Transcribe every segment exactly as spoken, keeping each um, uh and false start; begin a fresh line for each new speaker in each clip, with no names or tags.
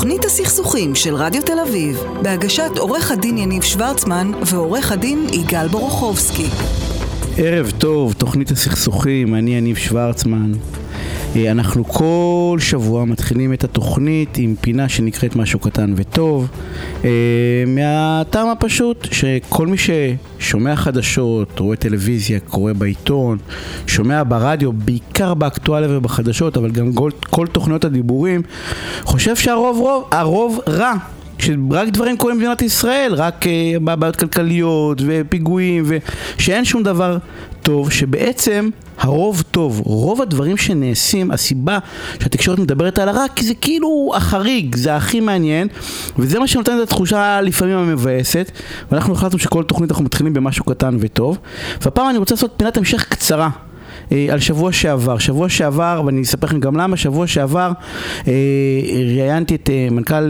תוכנית הסכסוכים של רדיו תל אביב, בהגשת עורך הדין יניב שוורצמן ועורך הדין יגאל בורוכובסקי.
ערב טוב, תוכנית הסכסוכים, אני יניב שוורצמן. אנחנו כל שבוע מתחילים את התוכנית עם פינה שנקראת משהו קטן וטוב, מהטעם הפשוט שכל מי ששומע חדשות, רואה טלוויזיה, קורא בעיתון, שומע ברדיו, בעיקר באקטואליה ובחדשות, אבל גם כל, כל תוכניות הדיבורים, חושב שהרוב רוב, הרוב רע, שרק דברים קורים במדינת ישראל, רק uh, בעיות כלכליות ופיגועים, ושאין שום דבר טוב, שבעצם הרוב טוב, רוב הדברים שנעשים, הסיבה שהתקשורת מדברת על הרע, כי זה כאילו החריג, זה הכי מעניין, וזה מה שנותן את התחושה לפעמים המבאסת, ואנחנו החלטנו שכל תוכנית אנחנו מתחילים במשהו קטן וטוב, והפעם אני רוצה לעשות פינת המשך קצרה, על שבוע שעבר, שבוע שעבר, ואני אספר לכם גם למה, שבוע שעבר אה, ראיינתי את אה, מנכ"ל אה,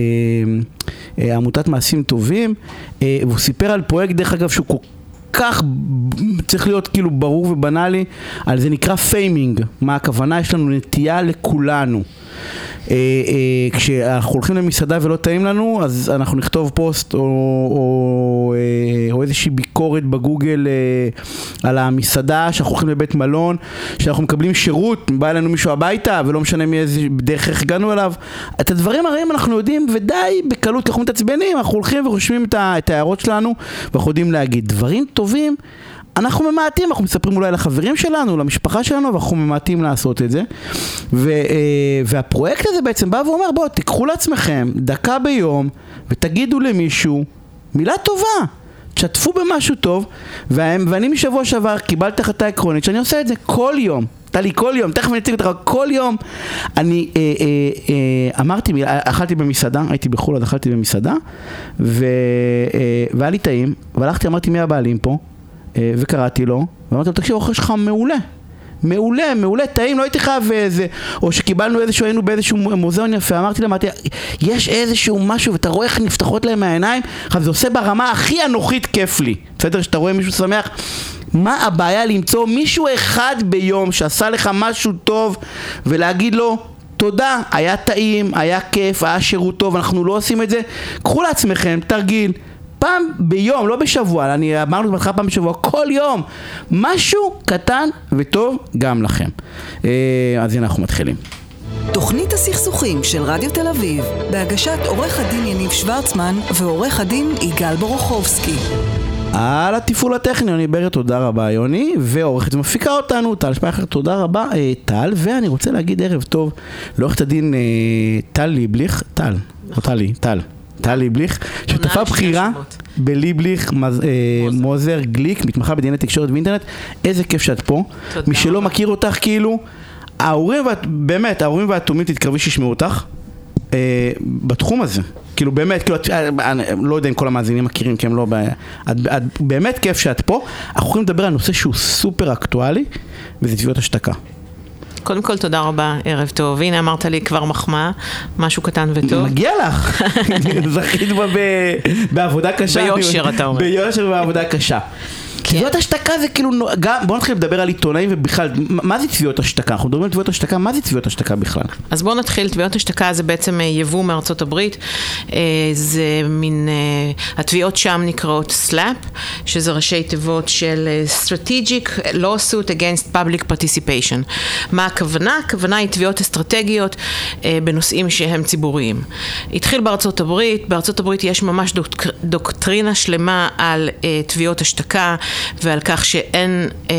אה, עמותת מעשים טובים, אה, והוא סיפר על פרויקט, דרך אגב, שהוא כל כך צריך להיות כאילו ברור ובנאלי, על זה נקרא פיימינג. מה הכוונה? יש לנו נטייה לכולנו. אה, אה, כשאנחנו הולכים למסעדה ולא טעים לנו, אז אנחנו נכתוב פוסט או, או, אה, או איזושהי ביקורת בגוגל אה, על המסעדה, שאנחנו הולכים לבית מלון, שאנחנו מקבלים שירות, בא אלינו מישהו הביתה ולא משנה מאיזה דרך איך הגענו אליו. את הדברים הרעים אנחנו יודעים ודי בקלות, אנחנו מתעצבנים, אנחנו הולכים ורושמים את, ה, את ההערות שלנו ואנחנו יודעים להגיד דברים טובים. אנחנו ממעטים, אנחנו מספרים אולי לחברים שלנו, למשפחה שלנו, ואנחנו ממעטים לעשות את זה. ו, והפרויקט הזה בעצם בא ואומר, בואו, תיקחו לעצמכם דקה ביום, ותגידו למישהו מילה טובה, תשתפו במשהו טוב, ואני משבוע שעבר קיבלתי החלטה עקרונית, שאני עושה את זה כל יום. תלי, כל יום, תכף אני אציג אותך, כל יום. אני אה, אה, אה, אמרתי, אכלתי במסעדה, הייתי בחול, אז אכלתי במסעדה, ו, אה, והיה לי טעים, והלכתי, אמרתי, מי הבעלים פה? וקראתי לו, ואמרתי לו, תקשיב, האוכל שלך מעולה, מעולה, מעולה, טעים, לא הייתי חייב איזה, או שקיבלנו איזשהו, היינו באיזשהו מוזיאון יפה, אמרתי להם, יש איזשהו משהו, ואתה רואה איך נפתחות להם מהעיניים, זה עושה ברמה הכי אנוכית כיף לי, בסדר, שאתה רואה מישהו שמח, מה הבעיה למצוא מישהו אחד ביום שעשה לך משהו טוב, ולהגיד לו, תודה, היה טעים, היה כיף, היה שירות טוב, אנחנו לא עושים את זה, קחו לעצמכם, תרגיל, פעם ביום, לא בשבוע, אני אמרנו לך פעם בשבוע, כל יום, משהו קטן וטוב גם לכם. אז הנה אנחנו מתחילים.
תוכנית הסכסוכים של רדיו תל אביב, בהגשת עורך הדין יניב שוורצמן ועורך הדין יגאל בורוכובסקי.
על התפעול הטכני, אני ברת, תודה רבה יוני, ועורכת ומפיקה אותנו, טל שפייכר, תודה רבה טל, ואני רוצה להגיד ערב טוב לעורכת הדין טל ליבליך, טל, או טלי, טל. טל ליבליך, שותפה בחירה בליבליך מוזר גליק, מתמחה בדיני תקשורת ואינטרנט. איזה כיף שאת פה. מי שלא מכיר אותך, כאילו, ההורים, באמת, ההורים והתומים תתקרבי שישמעו אותך בתחום הזה. כאילו, באמת, כאילו, אני לא יודע אם כל המאזינים מכירים, כי הם לא... באמת כיף שאת פה. אנחנו יכולים לדבר על נושא שהוא סופר אקטואלי, וזה תביעות השתקה.
קודם כל, תודה רבה, ערב טוב. הנה, אמרת לי כבר מחמאה, משהו קטן וטוב.
מגיע לך. זכית בה בעבודה קשה.
ביושר, אתה אומר.
ביושר ובעבודה קשה. תביעות השתקה זה כאילו, בואו נתחיל לדבר על עיתונאים ובכלל, מה זה תביעות השתקה? אנחנו מדברים על תביעות השתקה, מה זה תביעות השתקה בכלל?
אז בואו נתחיל, תביעות השתקה זה בעצם יבוא מארצות הברית, זה מין, התביעות שם נקראות סלאפ, שזה ראשי תיבות של Strategic Lawsuit Against Public Participation. מה הכוונה? הכוונה היא תביעות אסטרטגיות בנושאים שהם ציבוריים. התחיל בארצות הברית, בארצות הברית יש ממש דוק, דוקטרינה שלמה על תביעות השתקה, ועל כך שאין אה, אה,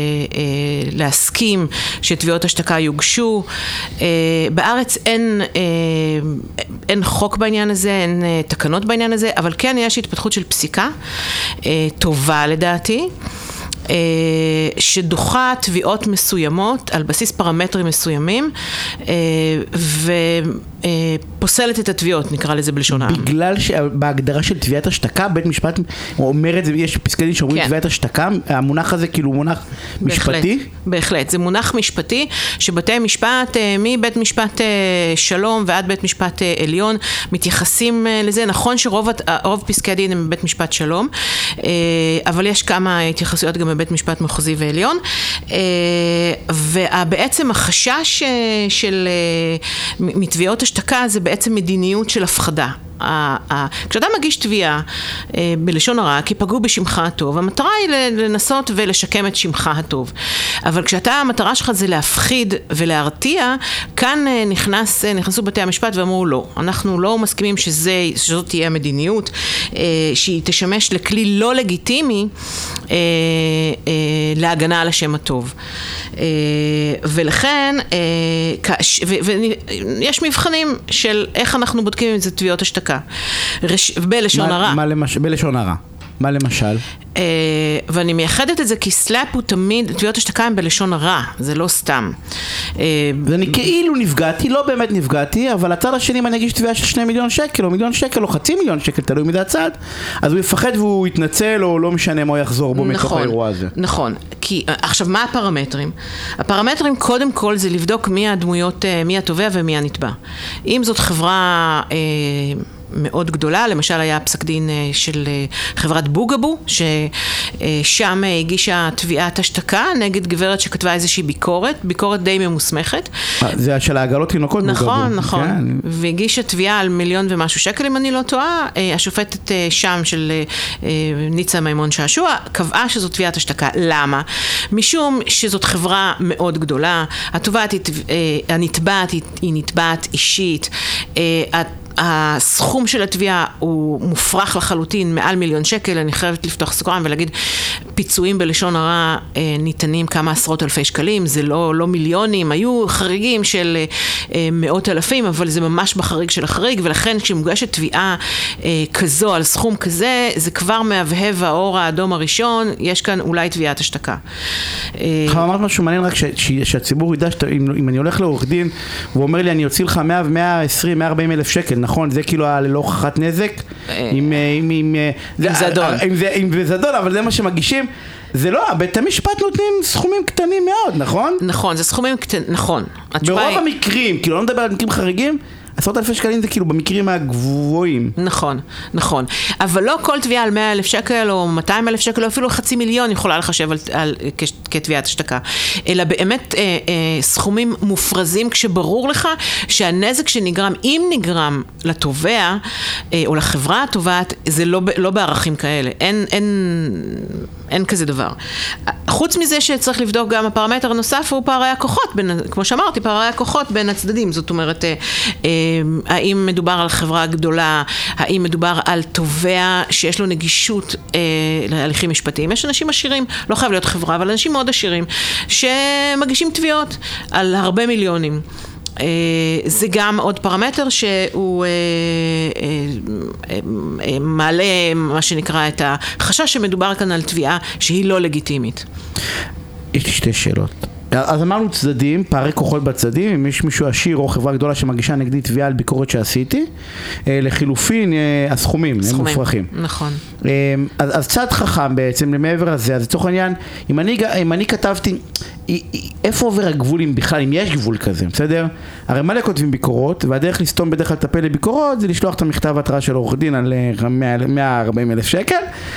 להסכים שתביעות השתקה יוגשו. אה, בארץ אין, אה, אין חוק בעניין הזה, אין אה, תקנות בעניין הזה, אבל כן יש התפתחות של פסיקה, אה, טובה לדעתי, אה, שדוחה תביעות מסוימות על בסיס פרמטרים מסוימים, אה, ו... פוסלת את התביעות, נקרא לזה בלשון העם.
בגלל שבהגדרה של תביעת השתקה, בית משפט אומר את זה, יש פסקי דין שאומרים תביעת השתקה, המונח הזה כאילו מונח משפטי?
בהחלט, זה מונח משפטי, שבתי משפט, מבית משפט שלום ועד בית משפט עליון, מתייחסים לזה. נכון שרוב פסקי דין הם בבית משפט שלום, אבל יש כמה התייחסויות גם בבית משפט מחוזי ועליון, ובעצם החשש של מתביעות השתקה, השתקה זה בעצם מדיניות של הפחדה. כשאתה מגיש תביעה בלשון הרע, כי פגעו בשמך הטוב, המטרה היא לנסות ולשקם את שמך הטוב. אבל כשאתה, המטרה שלך זה להפחיד ולהרתיע, כאן נכנס, נכנסו בתי המשפט ואמרו לא. אנחנו לא מסכימים שזה, שזאת תהיה המדיניות, שהיא תשמש לכלי לא לגיטימי להגנה על השם הטוב. ולכן, ויש מבחנים של איך אנחנו בודקים אם זה תביעות השתקה. בלשון הרע.
בלשון הרע. מה למשל?
ואני מייחדת את זה כי סלאפ הוא תמיד, תביעות השתקה הם בלשון הרע, זה לא סתם.
ואני כאילו נפגעתי, לא באמת נפגעתי, אבל הצד השני אם אני אגיש תביעה של שני מיליון שקל, או מיליון שקל, או חצי מיליון שקל, תלוי מדי הצד, אז הוא יפחד והוא יתנצל, או לא משנה מה הוא יחזור בו מתוך האירוע הזה.
נכון, כי עכשיו מה הפרמטרים? הפרמטרים קודם כל זה לבדוק מי הדמויות, מי התובע ומי הנתבע. אם זאת חברה מאוד גדולה, למשל היה פסק דין של חברת בוגבו, ששם הגישה תביעת השתקה נגד גברת שכתבה איזושהי ביקורת, ביקורת די ממוסמכת.
זה של העגלות תינוקות בוגבו.
נכון, נכון. והגישה תביעה על מיליון ומשהו שקל, אם אני לא טועה, השופטת שם של ניצה מימון שעשוע, קבעה שזו תביעת השתקה. למה? משום שזאת חברה מאוד גדולה, התובעת, הנתבעת היא נתבעת אישית, הסכום של התביעה הוא מופרך לחלוטין, מעל מיליון שקל. אני חייבת לפתוח סוגריים ולהגיד, פיצויים בלשון הרע ניתנים כמה עשרות אלפי שקלים, זה לא, לא מיליונים, היו חריגים של מאות אלפים, אבל זה ממש בחריג של החריג, ולכן כשמוגשת תביעה כזו על סכום כזה, זה כבר מהבהב האור האדום הראשון, יש כאן אולי תביעת השתקה.
אמרת משהו מעניין רק שהציבור ידע, אם אני הולך לעורך דין, והוא אומר לי, אני אוציא לך מאה ועשרים, מאה וארבעים אלף שקל, נכון, זה כאילו ללא הוכחת נזק, עם
זדון.
עם זדון, אבל זה מה שמגישים. זה לא, בית המשפט נותנים סכומים קטנים מאוד, נכון?
נכון, זה סכומים קטנים, נכון.
ברוב המקרים, כאילו לא נדבר על מקרים חריגים, עשרות אלפי שקלים זה כאילו במקרים הגבוהים.
נכון, נכון. אבל לא כל תביעה על מאה אלף שקל או מאתיים אלף שקל או אפילו חצי מיליון יכולה לחשב על, על, כתביעת השתקה. אלא באמת אה, אה, סכומים מופרזים כשברור לך שהנזק שנגרם, אם נגרם לתובע אה, או לחברה התובעת, זה לא, לא בערכים כאלה. אין, אין, אין כזה דבר. חוץ מזה שצריך לבדוק גם הפרמטר הנוסף הוא פערי הכוחות, בין, כמו שאמרתי, פערי הכוחות בין הצדדים. זאת אומרת, אה, אה, האם מדובר על חברה גדולה, האם מדובר על תובע שיש לו נגישות אה, להליכים משפטיים. יש אנשים עשירים, לא חייב להיות חברה, אבל אנשים מאוד עשירים, שמגישים תביעות על הרבה מיליונים. אה, זה גם עוד פרמטר שהוא אה, אה, אה, מעלה מה שנקרא את החשש שמדובר כאן על תביעה שהיא לא לגיטימית.
יש לי שתי שאלות. אז אמרנו צדדים, פערי כוחות בצדדים, אם יש מישהו עשיר או חברה גדולה שמגישה נגדי תביעה על ביקורת שעשיתי, לחילופין, הסכומים, הם מופרכים.
נכון.
אז, אז צד חכם בעצם, למעבר הזה, אז לצורך העניין, אם אני, אם אני כתבתי, איפה עובר הגבול אם בכלל, אם יש גבול כזה, בסדר? הרי מלא כותבים ביקורות, והדרך לסתום בדרך כלל לטפל לביקורות, זה לשלוח את המכתב התראה של עורך דין על מאה וארבעים אלף שקל,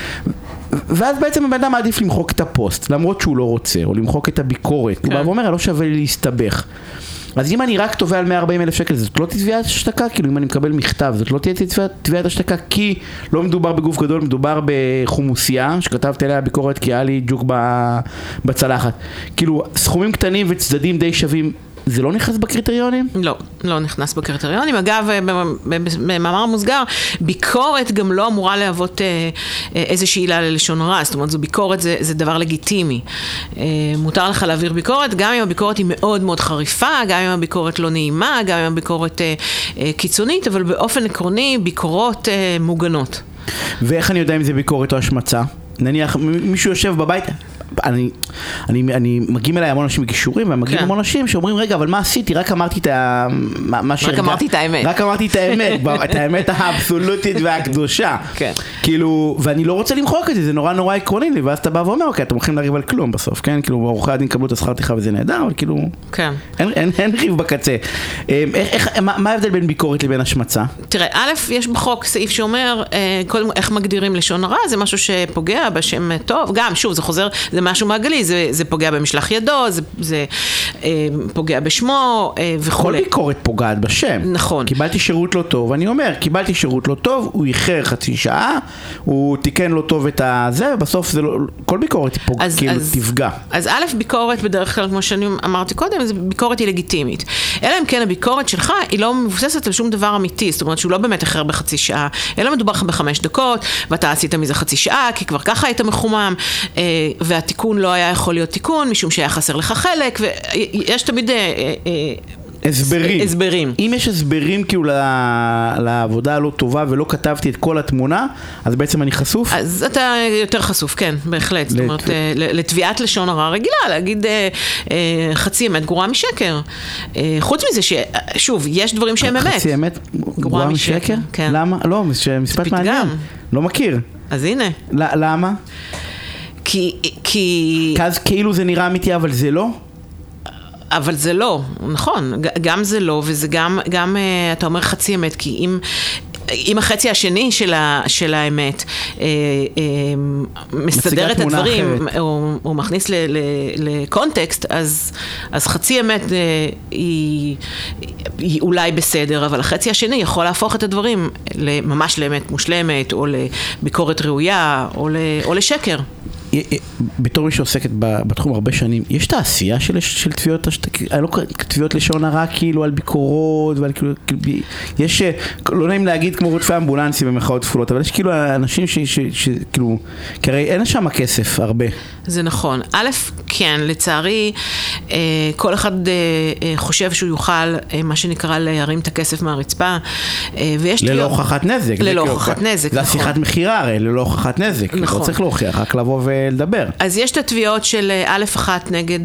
ואז בעצם הבן אדם מעדיף למחוק את הפוסט, למרות שהוא לא רוצה, או למחוק את הביקורת. הוא בא ואומר, לא שווה לי להסתבך. אז אם אני רק תובע על מאה וארבעים אלף שקל, זאת לא תביעת השתקה? כאילו אם אני מקבל מכתב, זאת לא תהיה תביעת השתקה, כי לא מדובר בגוף גדול, מדובר בחומוסייה, שכתבת עליה ביקורת כי היה לי ג'וק בצלחת. כאילו, סכומים קטנים וצדדים די שווים, זה לא נכנס בקריטריונים?
לא, לא נכנס בקריטריונים. אגב, במאמר מוסגר, ביקורת גם לא אמורה להוות איזושהי עילה ללשון הרע. זאת אומרת, זו ביקורת, זה, זה דבר לגיטימי. מותר לך להעביר ביקורת, גם אם הביקורת היא מאוד מאוד חריפה, גם אם הביקורת לא נעימה, גם אם הביקורת קיצונית, אבל באופן עקרוני, ביקורות מוגנות.
ואיך אני יודע אם זה ביקורת או השמצה? נניח, מישהו יושב בבית... אני, אני, אני מגיעים אליי המון אנשים בגישורים, ומגיעים המון אנשים שאומרים, רגע, אבל מה עשיתי? רק אמרתי את ה...
רק אמרתי את האמת.
רק אמרתי את האמת, את האמת האבסולוטית והקדושה. כן. כאילו, ואני לא רוצה למחוק את זה, זה נורא נורא עקרוני לי, ואז אתה בא ואומר, אוקיי, אתם הולכים להריב על כלום בסוף, כן? כאילו, עורכי הדין קבלו את השכר טרחה וזה נהדר, אבל כאילו... כן. אין, אין, אין ריב בקצה. איך, מה, מה ההבדל בין ביקורת לבין השמצה?
תראה, א', יש בחוק סעיף שאומר, קודם, איך מגדירים לשון הרע, זה משהו שפוגע בשם טוב. גם, שוב, זה חוזר, זה משהו מעגלי, זה, זה פוגע במשלח ידו, זה, זה אה, פוגע בשמו אה, וכו'.
כל ביקורת פוגעת בשם.
נכון.
קיבלתי שירות לא טוב, אני אומר, קיבלתי שירות לא טוב, הוא איחר חצי שעה, הוא תיקן לא טוב את הזה, ובסוף זה לא, כל ביקורת תפוג,
אז,
כאילו
אז,
תפגע.
אז א', ביקורת בדרך כלל, כמו שאני אמרתי קודם, ביקורת היא לגיטימית. אלא אם כן הביקורת שלך היא לא מבוססת על שום דבר אמיתי, זאת אומרת שהוא לא באמת אחר בחצי שעה, אלא מדובר לך בחמש דקות, ואתה עשית מזה חצי שעה, כי כבר ככה היית מחומם, והתיקון לא היה יכול להיות תיקון, משום שהיה חסר לך חלק, ויש תמיד
הסברים.
הסברים.
אם יש הסברים כאילו לעבודה הלא טובה ולא כתבתי את כל התמונה, אז בעצם אני חשוף?
אז אתה יותר חשוף, כן, בהחלט. זאת אומרת, לתביעת לשון הרע רגילה, להגיד חצי אמת גרועה משקר. חוץ מזה ששוב, יש דברים שהם אמת.
חצי אמת גרועה משקר?
כן.
למה? לא, משפט מעניין. לא מכיר.
אז הנה.
למה?
כי... כי...
אז כאילו זה נראה אמיתי, אבל זה לא?
אבל זה לא, נכון, גם זה לא, וזה גם, גם אתה אומר חצי אמת, כי אם, אם החצי השני של, ה, של האמת אה, אה, מסדר את הדברים, או, או מכניס ל, ל, לקונטקסט, אז, אז חצי אמת אה, היא, היא אולי בסדר, אבל החצי השני יכול להפוך את הדברים ממש לאמת מושלמת, או לביקורת ראויה, או, ל, או לשקר.
בתור מי שעוסקת בתחום הרבה שנים, יש תעשייה של, של תביעות, לא תביעות לשון הרע כאילו על ביקורות, ועל כאילו, יש, לא נעים להגיד כמו רודפי אמבולנסים במחאות תפולות, אבל יש כאילו אנשים שכאילו, כי הרי אין שם כסף הרבה. זה
נכון. א', כן, לצערי, כל אחד חושב שהוא יוכל, מה שנקרא, להרים את הכסף מהרצפה, ויש
ללא הוכחת נזק.
ללא הוכחת נזק,
נכון. זה השיחת מחירה הרי, ללא הוכחת נזק. נכון. לא צריך להוכיח, רק לבוא ולדבר.
אז יש את התביעות של א' אחת נגד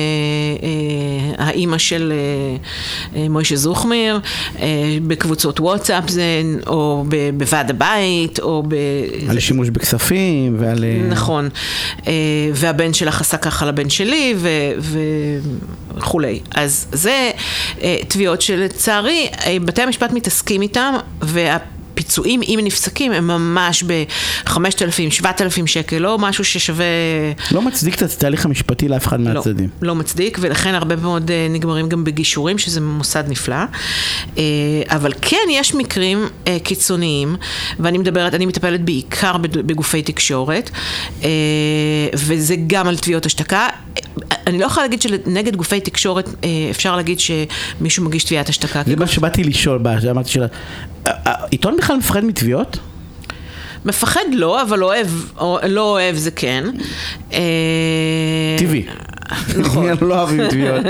האימא של מוישה זוכמיר, בקבוצות וואטסאפ, או בוועד הבית, או ב...
על שימוש בכספים ועל...
נכון. והבן שלך עשה ככה לבן שלי וכולי. אז זה תביעות שלצערי בתי המשפט מתעסקים איתם, והפיצויים אם נפסקים הם ממש ב-חמשת אלפים, שבעת אלפים שקל, לא משהו ששווה...
לא מצדיק את התהליך המשפטי לאף אחד מהצדדים.
לא, לא מצדיק, ולכן הרבה מאוד נגמרים גם בגישורים, שזה מוסד נפלא. אבל כן יש מקרים קיצוניים, ואני מדברת, אני מטפלת בעיקר בגופי תקשורת, וזה גם על תביעות השתקה. אני לא יכולה להגיד שנגד גופי תקשורת אפשר להגיד שמישהו מגיש תביעת השתקה.
זה מה שבאתי לשאול, אמרתי שלה, עיתון בכלל מפחד מתביעות?
מפחד לא, אבל אוהב, לא אוהב זה כן.
טבעי. נכון. לא אוהבים תביעות.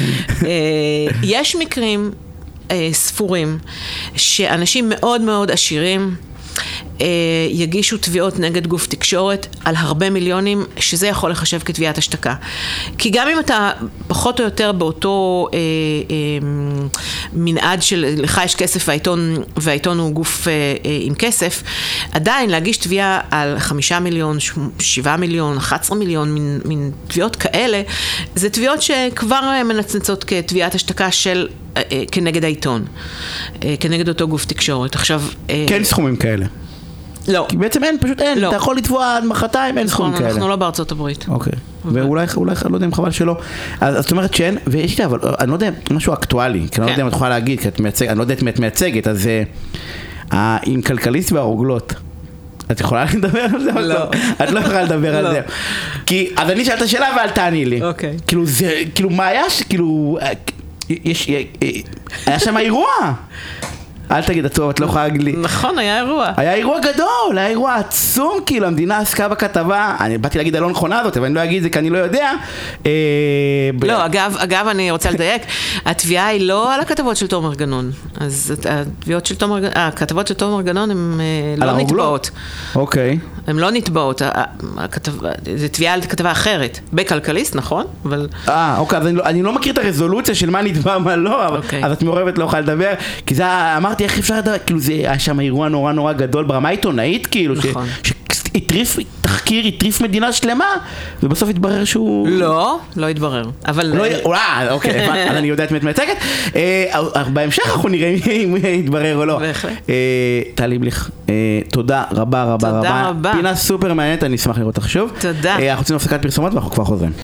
יש מקרים ספורים שאנשים מאוד מאוד עשירים יגישו תביעות נגד גוף תקשורת על הרבה מיליונים, שזה יכול לחשב כתביעת השתקה. כי גם אם אתה פחות או יותר באותו אה, אה, מנעד של לך יש כסף והעיתון, והעיתון הוא גוף אה, אה, עם כסף, עדיין להגיש תביעה על חמישה מיליון, שבעה מיליון, אחד עשר מיליון, מין, מין תביעות כאלה, זה תביעות שכבר מנצנצות כתביעת השתקה של אה, אה, כנגד העיתון, אה, כנגד אותו גוף תקשורת. עכשיו... אה,
כן סכומים כאלה.
לא.
כי בעצם אין, פשוט אין. לא. אתה יכול לתבוע עד מחרתיים, אין סכום כאלה.
אנחנו לא בארצות הברית.
אוקיי. ואולי, אולי, לא יודע אם חבל שלא. אז זאת אומרת שאין, ויש לי, אבל אני לא יודע, משהו אקטואלי, כי אני לא יודע אם את יכולה להגיד, כי את מייצגת, אני לא יודעת אם את מייצגת, אז עם כלכליסט והרוגלות. את יכולה לדבר על זה?
לא.
את לא יכולה לדבר על זה. כי, אז אני שאלת השאלה ואל תעני לי.
אוקיי.
כאילו זה, כאילו מה היה, כאילו, יש, היה שם אירוע. אל תגיד עצוב, את לא יכולה להגיד לי.
נכון, היה אירוע.
היה אירוע גדול, היה אירוע עצום, כאילו המדינה עסקה בכתבה, אני באתי להגיד הלא נכונה הזאת, אבל אני לא אגיד את זה כי אני לא יודע.
לא, אגב, אגב, אני רוצה לדייק, התביעה היא לא על הכתבות של תומר גנון, אז התביעות של תומר גנון, הכתבות של תומר גנון הן לא נתבעות.
אוקיי.
הן לא נתבעות, זה תביעה על כתבה אחרת, בכלכליסט, נכון?
אה, אוקיי, אז אני לא מכיר את הרזולוציה של מה נתבע, מה לא, אז את מעורבת לא יכולה לדבר, כי זה אמרתי, איך אפשר לדבר, כאילו זה היה שם אירוע נורא נורא גדול ברמה עיתונאית, כאילו, שהטריף תחקיר, הטריף מדינה שלמה, ובסוף התברר שהוא...
לא, לא התברר. אבל...
לא, אולי, אוקיי, אז אני יודעת מאת מייצגת. בהמשך אנחנו נראה אם יתברר או לא.
בהחלט.
טלי בליך, תודה רבה רבה רבה.
תודה רבה.
פינה סופר מעניינת, אני אשמח לראות אותך שוב.
תודה.
אנחנו רוצים הפסקת פרסומות ואנחנו כבר חוזרים.